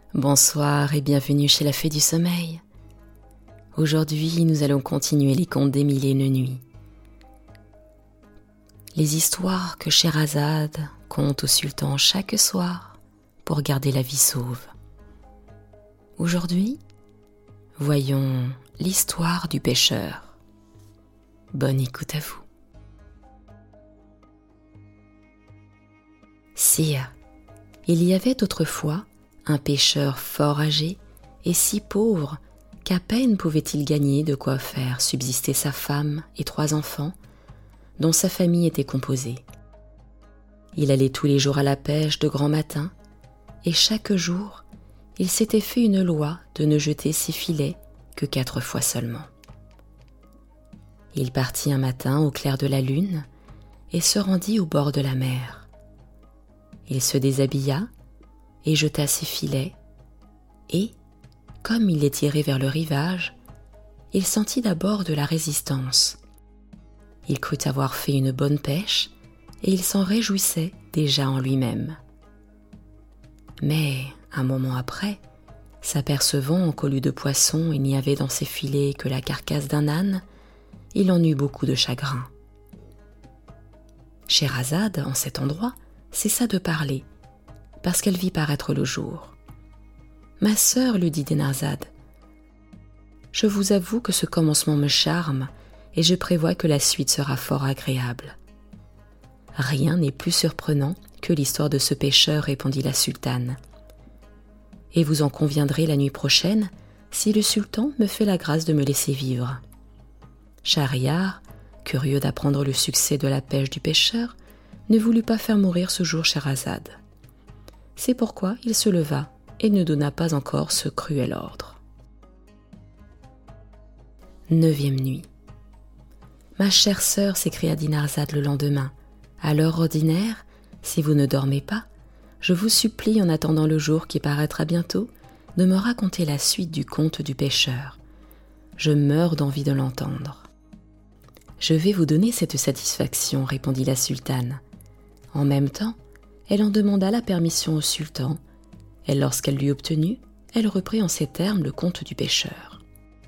Bonsoir et bienvenue chez la Fée du Sommeil. Aujourd'hui, nous allons continuer les contes des mille et une nuits. Les histoires que Scheherazade conte au sultan chaque soir pour garder la vie sauve. Aujourd'hui, voyons l'histoire du pêcheur. Bonne écoute à vous. Sire, il y avait autrefois un pêcheur fort âgé et si pauvre qu'à peine pouvait-il gagner de quoi faire subsister sa femme et 3 enfants, dont sa famille était composée. Il allait tous les jours à la pêche de grand matin, et chaque jour, il s'était fait une loi de ne jeter ses filets que 4 fois seulement. Il partit un matin au clair de la lune et se rendit au bord de la mer. Il se déshabilla et jeta ses filets, et, comme il les tirait vers le rivage, il sentit d'abord de la résistance. Il crut avoir fait une bonne pêche, et il s'en réjouissait déjà en lui-même. Mais, un moment après, s'apercevant qu'au lieu de poisson, il n'y avait dans ses filets que la carcasse d'un âne, il en eut beaucoup de chagrin. Scheherazade, en cet endroit, cessa de parler, parce qu'elle vit paraître le jour. « Ma sœur, lui dit Dinarzade, je vous avoue que ce commencement me charme et je prévois que la suite sera fort agréable. » « Rien n'est plus surprenant que l'histoire de ce pêcheur, répondit la sultane. « Et vous en conviendrez la nuit prochaine si le sultan me fait la grâce de me laisser vivre. » Schahriar, curieux d'apprendre le succès de la pêche du pêcheur, ne voulut pas faire mourir ce jour Scheherazade. C'est pourquoi il se leva et ne donna pas encore ce cruel ordre. 9e nuit. Ma chère sœur, s'écria Dinarzade le lendemain, à l'heure ordinaire, si vous ne dormez pas, je vous supplie, en attendant le jour qui paraîtra bientôt, de me raconter la suite du conte du pêcheur. Je meurs d'envie de l'entendre. Je vais vous donner cette satisfaction, répondit la sultane. En même temps, elle en demanda la permission au sultan, et lorsqu'elle l'eut obtenue, elle reprit en ces termes le conte du pêcheur.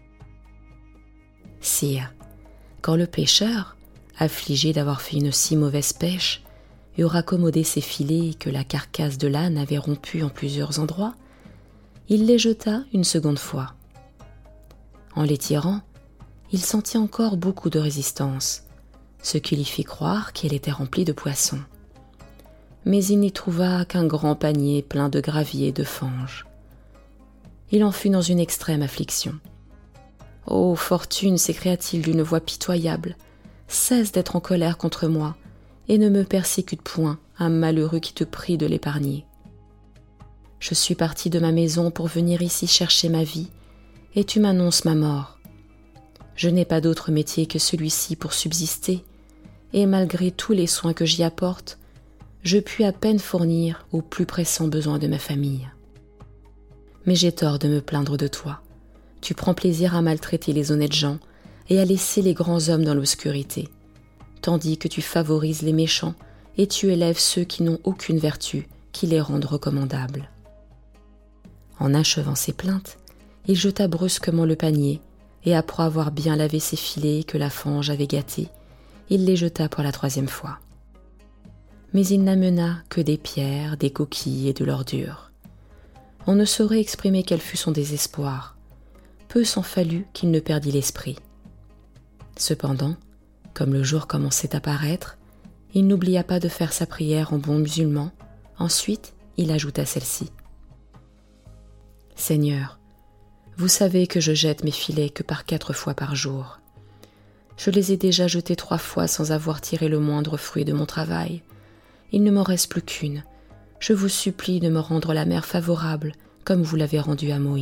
Sire, quand le pêcheur, affligé d'avoir fait une si mauvaise pêche, eut raccommodé ses filets que la carcasse de l'âne avait rompus en plusieurs endroits, il les jeta une seconde fois. En les tirant, il sentit encore beaucoup de résistance, ce qui lui fit croire qu'elle était remplie de poissons. Mais il n'y trouva qu'un grand panier plein de gravier et de fange. Il en fut dans une extrême affliction. « Ô fortune !» s'écria-t-il d'une voix pitoyable, « cesse d'être en colère contre moi et ne me persécute point, un malheureux qui te prie de l'épargner. Je suis parti de ma maison pour venir ici chercher ma vie, et tu m'annonces ma mort. Je n'ai pas d'autre métier que celui-ci pour subsister, et malgré tous les soins que j'y apporte, je puis à peine fournir aux plus pressants besoins de ma famille. Mais j'ai tort de me plaindre de toi. Tu prends plaisir à maltraiter les honnêtes gens et à laisser les grands hommes dans l'obscurité, tandis que tu favorises les méchants et tu élèves ceux qui n'ont aucune vertu qui les rendent recommandables. » En achevant ses plaintes, il jeta brusquement le panier, et après avoir bien lavé ses filets que la fange avait gâtés, il les jeta pour la 3e fois. Mais il n'amena que des pierres, des coquilles et de l'ordure. On ne saurait exprimer quel fut son désespoir. Peu s'en fallut qu'il ne perdît l'esprit. Cependant, comme le jour commençait à paraître, il n'oublia pas de faire sa prière en bon musulman. Ensuite, il ajouta celle-ci. « Seigneur, vous savez que je jette mes filets que par 4 fois par jour. Je les ai déjà jetés 3 fois sans avoir tiré le moindre fruit de mon travail. Il ne m'en reste plus qu'une. Je vous supplie de me rendre la mer favorable, comme vous l'avez rendue à Moïse. »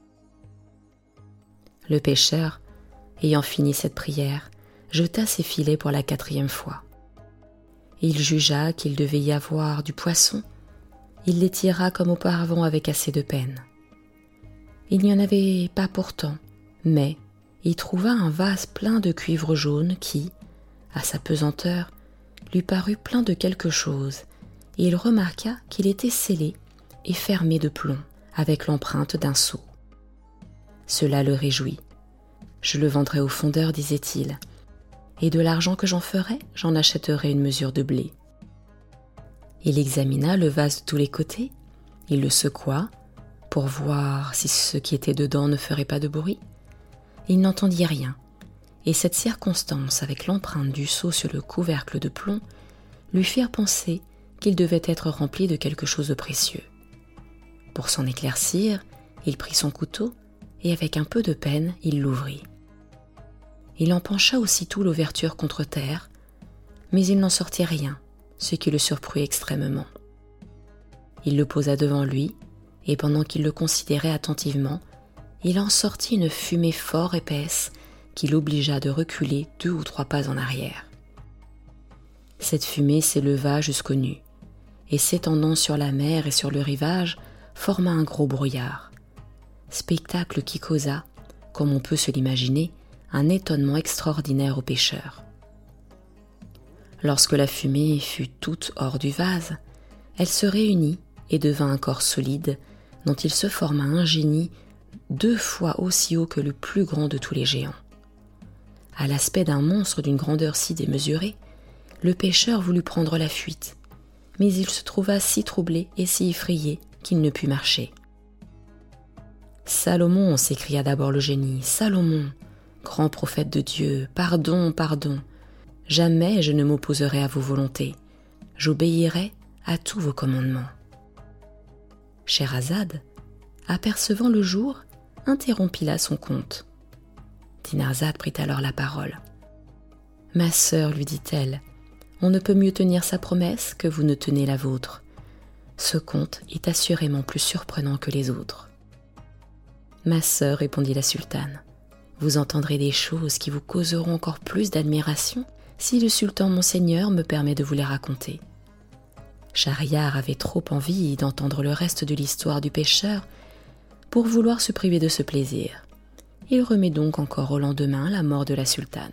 Le pêcheur, ayant fini cette prière, jeta ses filets pour la 4e fois. Il jugea qu'il devait y avoir du poisson. Il les tira comme auparavant avec assez de peine. Il n'y en avait pas pourtant, mais il trouva un vase plein de cuivre jaune qui, à sa pesanteur, lui parut plein de quelque chose, et il remarqua qu'il était scellé et fermé de plomb, avec l'empreinte d'un sceau. Cela le réjouit. Je le vendrai au fondeur, disait-il, et de l'argent que j'en ferai, j'en achèterai une mesure de blé. Il examina le vase de tous les côtés, il le secoua pour voir si ce qui était dedans ne ferait pas de bruit. Il n'entendit rien, et cette circonstance avec l'empreinte du sceau sur le couvercle de plomb lui firent penser qu'il devait être rempli de quelque chose de précieux. Pour s'en éclaircir, il prit son couteau et avec un peu de peine, il l'ouvrit. Il en pencha aussitôt l'ouverture contre terre, mais il n'en sortit rien, ce qui le surprit extrêmement. Il le posa devant lui, et pendant qu'il le considérait attentivement, il en sortit une fumée fort épaisse qui l'obligea de reculer 2 ou 3 pas en arrière. Cette fumée s'éleva jusqu'aux nues, et s'étendant sur la mer et sur le rivage, forma un gros brouillard. Spectacle qui causa, comme on peut se l'imaginer, un étonnement extraordinaire aux pêcheurs. Lorsque la fumée fut toute hors du vase, elle se réunit et devint un corps solide dont il se forma un génie 2 fois aussi haut que le plus grand de tous les géants. À l'aspect d'un monstre d'une grandeur si démesurée, le pêcheur voulut prendre la fuite, mais il se trouva si troublé et si effrayé qu'il ne put marcher. « Salomon !» s'écria d'abord le génie, « Salomon, grand prophète de Dieu, pardon, pardon. Jamais je ne m'opposerai à vos volontés. J'obéirai à tous vos commandements. » Scheherazade, apercevant le jour, interrompit là son conte. Dinarzade prit alors la parole. « Ma sœur, lui dit-elle, on ne peut mieux tenir sa promesse que vous ne tenez la vôtre. Ce conte est assurément plus surprenant que les autres. » « Ma sœur, répondit la sultane, vous entendrez des choses qui vous causeront encore plus d'admiration si le sultan mon seigneur me permet de vous les raconter. » Schahriar avait trop envie d'entendre le reste de l'histoire du pêcheur pour vouloir se priver de ce plaisir. Il remet donc encore au lendemain la mort de la sultane.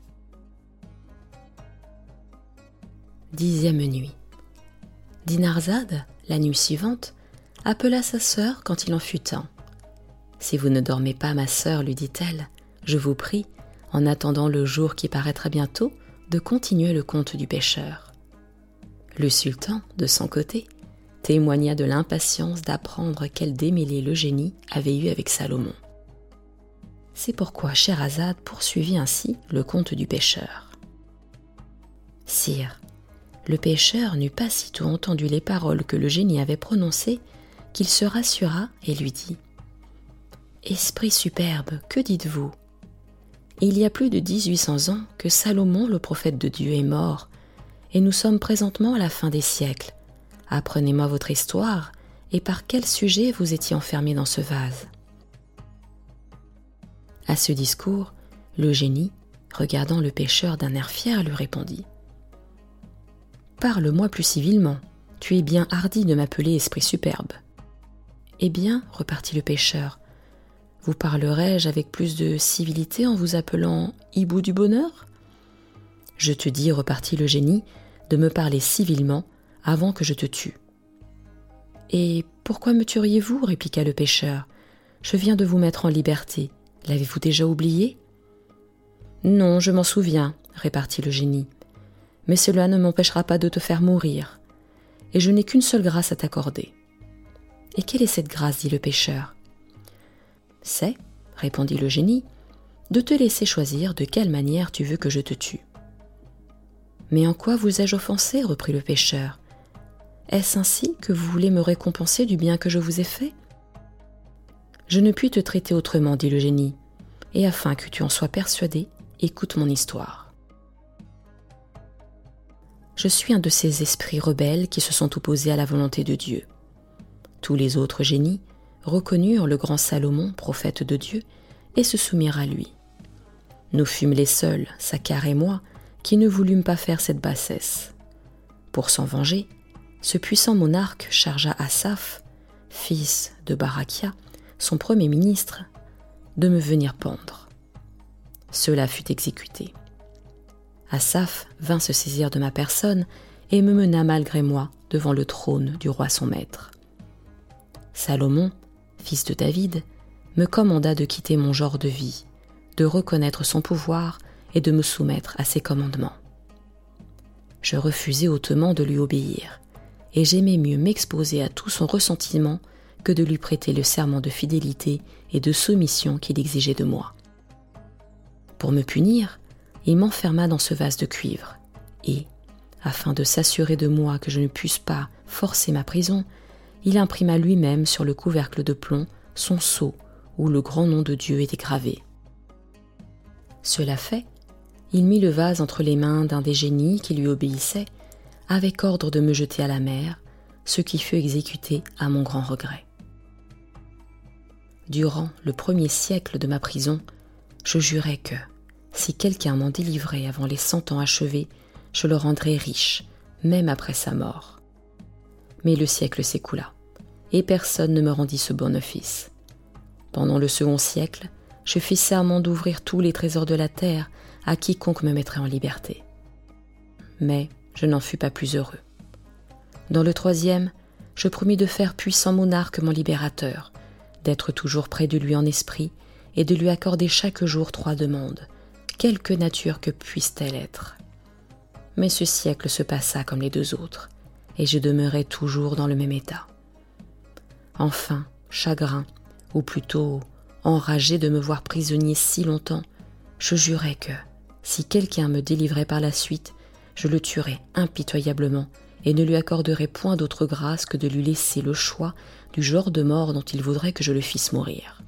10e nuit. Dinarzade, la nuit suivante, appela sa sœur quand il en fut temps. « Si vous ne dormez pas, ma sœur, lui dit-elle, je vous prie, en attendant le jour qui paraîtra bientôt, de continuer le conte du pêcheur. » Le sultan, de son côté, témoigna de l'impatience d'apprendre quel démêlé le génie avait eu avec Salomon. C'est pourquoi Scheherazade poursuivit ainsi le conte du pêcheur. « Sire, le pêcheur n'eut pas sitôt entendu les paroles que le génie avait prononcées qu'il se rassura et lui dit « Esprit superbe, que dites-vous ? Il y a plus de 1800 ans que Salomon, le prophète de Dieu, est mort, et nous sommes présentement à la fin des siècles. Apprenez-moi votre histoire, et par quel sujet vous étiez enfermé dans ce vase. » À ce discours, le génie, regardant le pêcheur d'un air fier, lui répondit « Parle-moi plus civilement, tu es bien hardi de m'appeler esprit superbe. » « Eh bien, repartit le pêcheur, vous parlerai-je avec plus de civilité en vous appelant hibou du bonheur ? Je te dis, repartit le génie, de me parler civilement avant que je te tue. Et pourquoi me tueriez-vous ? Répliqua le pêcheur. Je viens de vous mettre en liberté. L'avez-vous déjà oublié ? Non, je m'en souviens, repartit le génie. Mais cela ne m'empêchera pas de te faire mourir. Et je n'ai qu'une seule grâce à t'accorder. Et quelle est cette grâce ? Dit le pêcheur. C'est, répondit le génie, de te laisser choisir de quelle manière tu veux que je te tue. Mais en quoi vous ai-je offensé ? Reprit le pêcheur. Est-ce ainsi que vous voulez me récompenser du bien que je vous ai fait ? Je ne puis te traiter autrement, dit le génie, et afin que tu en sois persuadé, écoute mon histoire. Je suis un de ces esprits rebelles qui se sont opposés à la volonté de Dieu. Tous les autres génies reconnurent le grand Salomon, prophète de Dieu, et se soumirent à lui. Nous fûmes les seuls, Sakkar et moi, qui ne voulûmes pas faire cette bassesse. Pour s'en venger, ce puissant monarque chargea Asaph, fils de Barakia, son premier ministre, de me venir pendre. Cela fut exécuté. Asaph vint se saisir de ma personne et me mena malgré moi devant le trône du roi son maître. Salomon, fils de David, me commanda de quitter mon genre de vie, de reconnaître son pouvoir et de me soumettre à ses commandements. Je refusai hautement de lui obéir, et j'aimais mieux m'exposer à tout son ressentiment que de lui prêter le serment de fidélité et de soumission qu'il exigeait de moi. Pour me punir, il m'enferma dans ce vase de cuivre, et, afin de s'assurer de moi que je ne pusse pas forcer ma prison, il imprima lui-même sur le couvercle de plomb son sceau où le grand nom de Dieu était gravé. Cela fait, il mit le vase entre les mains d'un des génies qui lui obéissaient, avec ordre de me jeter à la mer, ce qui fut exécuté à mon grand regret. Durant le 1er siècle de ma prison, je jurais que, si quelqu'un m'en délivrait avant les 100 ans achevés, je le rendrais riche, même après sa mort. Mais le siècle s'écoula, et personne ne me rendit ce bon office. Pendant le 2e siècle, je fis serment d'ouvrir tous les trésors de la terre à quiconque me mettrait en liberté. Mais je n'en fus pas plus heureux. Dans le 3e, je promis de faire puissant monarque mon libérateur, d'être toujours près de lui en esprit et de lui accorder chaque jour 3 demandes, quelque nature que puissent-elles être. Mais ce siècle se passa comme les 2 autres, et je demeurai toujours dans le même état. Enfin, chagrin, ou plutôt enragé de me voir prisonnier si longtemps, je jurai que, si quelqu'un me délivrait par la suite, je le tuerais impitoyablement et ne lui accorderais point d'autre grâce que de lui laisser le choix du genre de mort dont il voudrait que je le fisse mourir.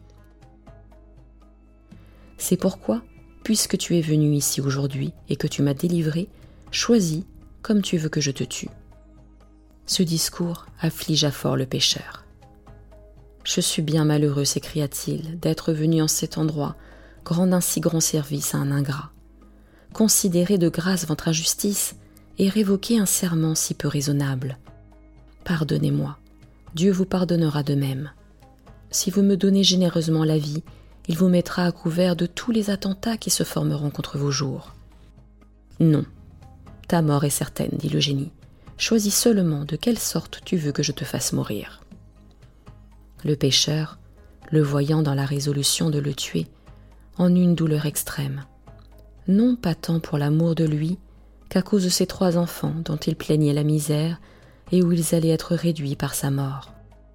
C'est pourquoi, puisque tu es venu ici aujourd'hui et que tu m'as délivré, choisis comme tu veux que je te tue. » Ce discours affligea fort le pêcheur. « Je suis bien malheureux, s'écria-t-il, d'être venu en cet endroit, rendre un si grand service à un ingrat, considérer de grâce votre injustice et révoquer un serment si peu raisonnable. Pardonnez-moi, Dieu vous pardonnera de même. Si vous me donnez généreusement la vie, il vous mettra à couvert de tous les attentats qui se formeront contre vos jours. »« Non, ta mort est certaine, dit le génie. Choisis seulement de quelle sorte tu veux que je te fasse mourir. » Le pêcheur, le voyant dans la résolution de le tuer, en eut une douleur extrême, non pas tant pour l'amour de lui qu'à cause de ses 3 enfants dont il plaignait la misère et où ils allaient être réduits par sa mort.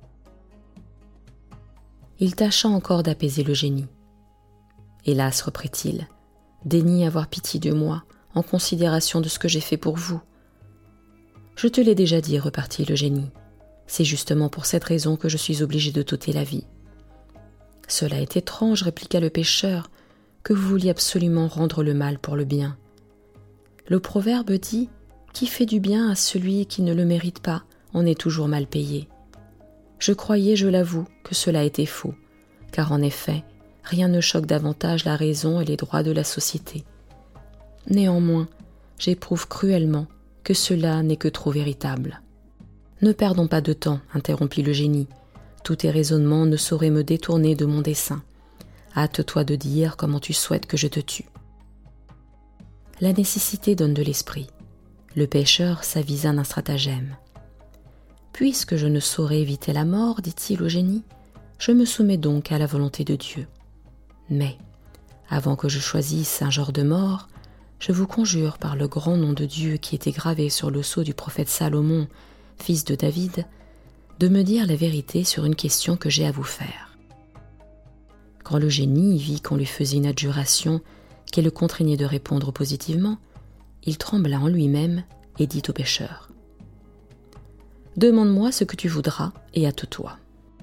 Il tâcha encore d'apaiser le génie. « Hélas, reprit-il, daignez avoir pitié de moi en considération de ce que j'ai fait pour vous. »« Je te l'ai déjà dit, repartit le génie. C'est justement pour cette raison que je suis obligé de t'ôter la vie. »« Cela est étrange, répliqua le pêcheur, que vous vouliez absolument rendre le mal pour le bien. Le proverbe dit « Qui fait du bien à celui qui ne le mérite pas, en est toujours mal payé. » Je croyais, je l'avoue, que cela était faux, car en effet, rien ne choque davantage la raison et les droits de la société. Néanmoins, j'éprouve cruellement que cela n'est que trop véritable. « Ne perdons pas de temps, interrompit le génie. Tous tes raisonnements ne sauraient me détourner de mon dessein. Hâte-toi de dire comment tu souhaites que je te tue. » La nécessité donne de l'esprit. Le pêcheur s'avisa d'un stratagème. « Puisque je ne saurais éviter la mort, dit-il au génie, je me soumets donc à la volonté de Dieu. Mais, avant que je choisisse un genre de mort, je vous conjure par le grand nom de Dieu qui était gravé sur le sceau du prophète Salomon, fils de David, de me dire la vérité sur une question que j'ai à vous faire. » Quand le génie vit qu'on lui faisait une adjuration qui le contraignait de répondre positivement, il trembla en lui-même et dit au pêcheur : « Demande-moi ce que tu voudras et hâte-toi. »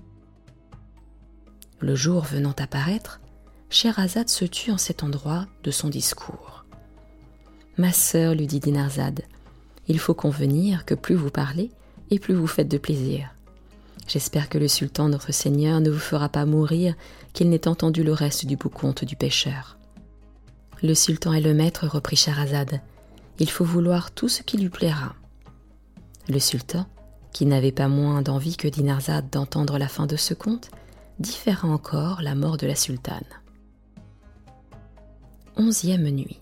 Le jour venant à paraître, Scheherazade se tut en cet endroit de son discours. « Ma sœur, lui dit Dinarzade, il faut convenir que plus vous parlez et plus vous faites de plaisir. J'espère que le sultan, notre seigneur, ne vous fera pas mourir qu'il n'ait entendu le reste du beau conte du pêcheur. » « Le sultan est le maître, reprit Scheherazade. Il faut vouloir tout ce qui lui plaira. » Le sultan, qui n'avait pas moins d'envie que Dinarzade d'entendre la fin de ce conte, différa encore la mort de la sultane. 11e nuit.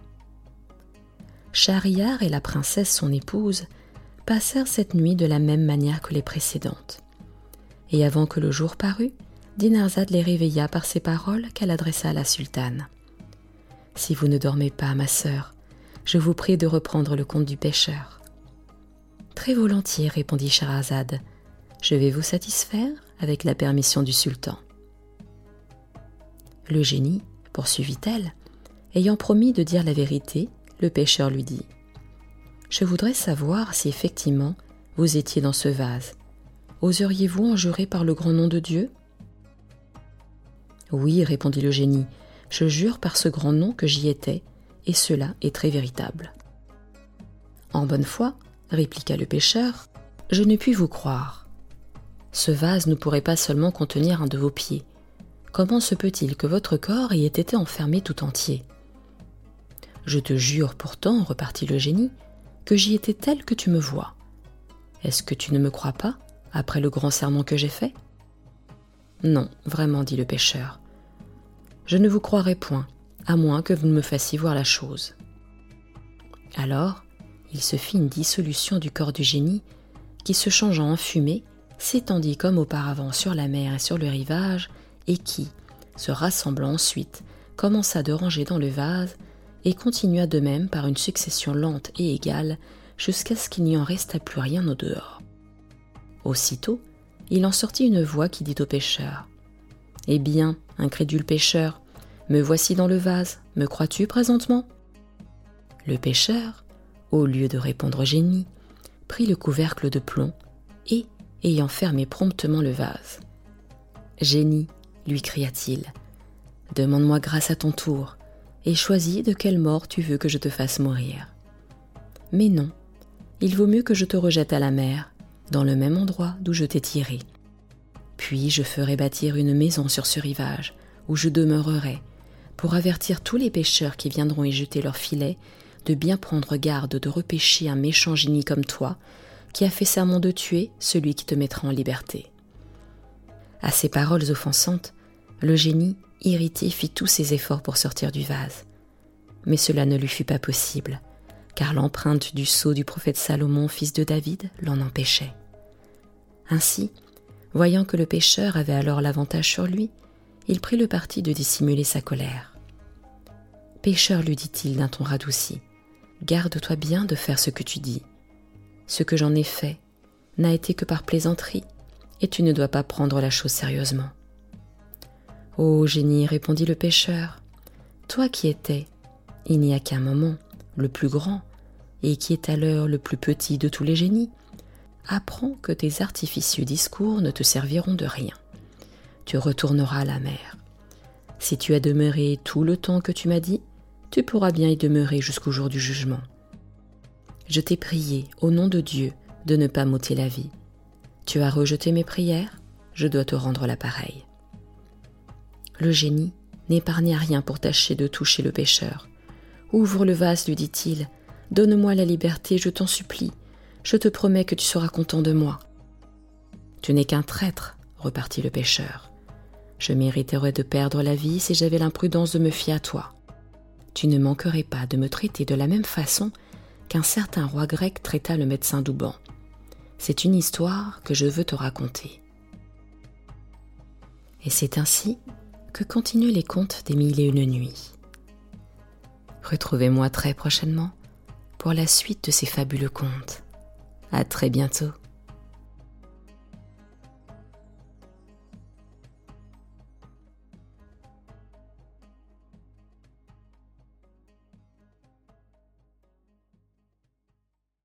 Schahriar et la princesse son épouse passèrent cette nuit de la même manière que les précédentes. Et avant que le jour parût, Dinarzade les réveilla par ces paroles qu'elle adressa à la sultane. « Si vous ne dormez pas, ma sœur, je vous prie de reprendre le conte du pêcheur. »« Très volontiers, répondit Scheherazade. Je vais vous satisfaire avec la permission du sultan. » Le génie, poursuivit-elle, ayant promis de dire la vérité, le pêcheur lui dit « Je voudrais savoir si effectivement vous étiez dans ce vase. Oseriez-vous en jurer par le grand nom de Dieu ?»« Oui, répondit le génie, je jure par ce grand nom que j'y étais, et cela est très véritable. »« En bonne foi, répliqua le pêcheur, je ne puis vous croire. Ce vase ne pourrait pas seulement contenir un de vos pieds. Comment se peut-il que votre corps y ait été enfermé tout entier ? Je te jure pourtant, repartit le génie, que j'y étais tel que tu me vois. Est-ce que tu ne me crois pas, après le grand serment que j'ai fait ? Non, vraiment, dit le pêcheur. Je ne vous croirai point, à moins que vous ne me fassiez voir la chose. Alors, il se fit une dissolution du corps du génie, qui se changeant en fumée, s'étendit comme auparavant sur la mer et sur le rivage, et qui, se rassemblant ensuite, commença de ranger dans le vase, et continua de même par une succession lente et égale, jusqu'à ce qu'il n'y en restât plus rien au dehors. Aussitôt, il en sortit une voix qui dit au pêcheur « Eh bien, incrédule pêcheur, me voici dans le vase, me crois-tu présentement ?» Le pêcheur, au lieu de répondre au génie, prit le couvercle de plomb et, ayant fermé promptement le vase, « Génie, lui cria-t-il, demande-moi grâce à ton tour, et choisis de quelle mort tu veux que je te fasse mourir. Mais non, il vaut mieux que je te rejette à la mer, dans le même endroit d'où je t'ai tiré. Puis je ferai bâtir une maison sur ce rivage, où je demeurerai, pour avertir tous les pêcheurs qui viendront y jeter leurs filets, de bien prendre garde de repêcher un méchant génie comme toi, qui a fait serment de tuer celui qui te mettra en liberté. » À ces paroles offensantes, le génie, irrité, fit tous ses efforts pour sortir du vase. Mais cela ne lui fut pas possible, car l'empreinte du sceau du prophète Salomon, fils de David, l'en empêchait. Ainsi, voyant que le pêcheur avait alors l'avantage sur lui, il prit le parti de dissimuler sa colère. « Pêcheur, lui dit-il d'un ton radouci, garde-toi bien de faire ce que tu dis. Ce que j'en ai fait n'a été que par plaisanterie, et tu ne dois pas prendre la chose sérieusement. »« Ô génie, répondit le pêcheur, toi qui étais, il n'y a qu'un moment, le plus grand, et qui est à l'heure le plus petit de tous les génies, apprends que tes artificieux discours ne te serviront de rien. Tu retourneras à la mer. Si tu as demeuré tout le temps que tu m'as dit, tu pourras bien y demeurer jusqu'au jour du jugement. Je t'ai prié, au nom de Dieu, de ne pas m'ôter la vie. Tu as rejeté mes prières, je dois te rendre la pareille. » Le génie n'épargna rien pour tâcher de toucher le pêcheur. « Ouvre le vase, lui dit-il, donne-moi la liberté, je t'en supplie. Je te promets que tu seras content de moi. »« Tu n'es qu'un traître, repartit le pêcheur. Je mériterais de perdre la vie si j'avais l'imprudence de me fier à toi. Tu ne manquerais pas de me traiter de la même façon qu'un certain roi grec traita le médecin Douban. C'est une histoire que je veux te raconter. » Et c'est ainsi que continuent les contes des Mille et une nuits. Retrouvez-moi très prochainement pour la suite de ces fabuleux contes. À très bientôt.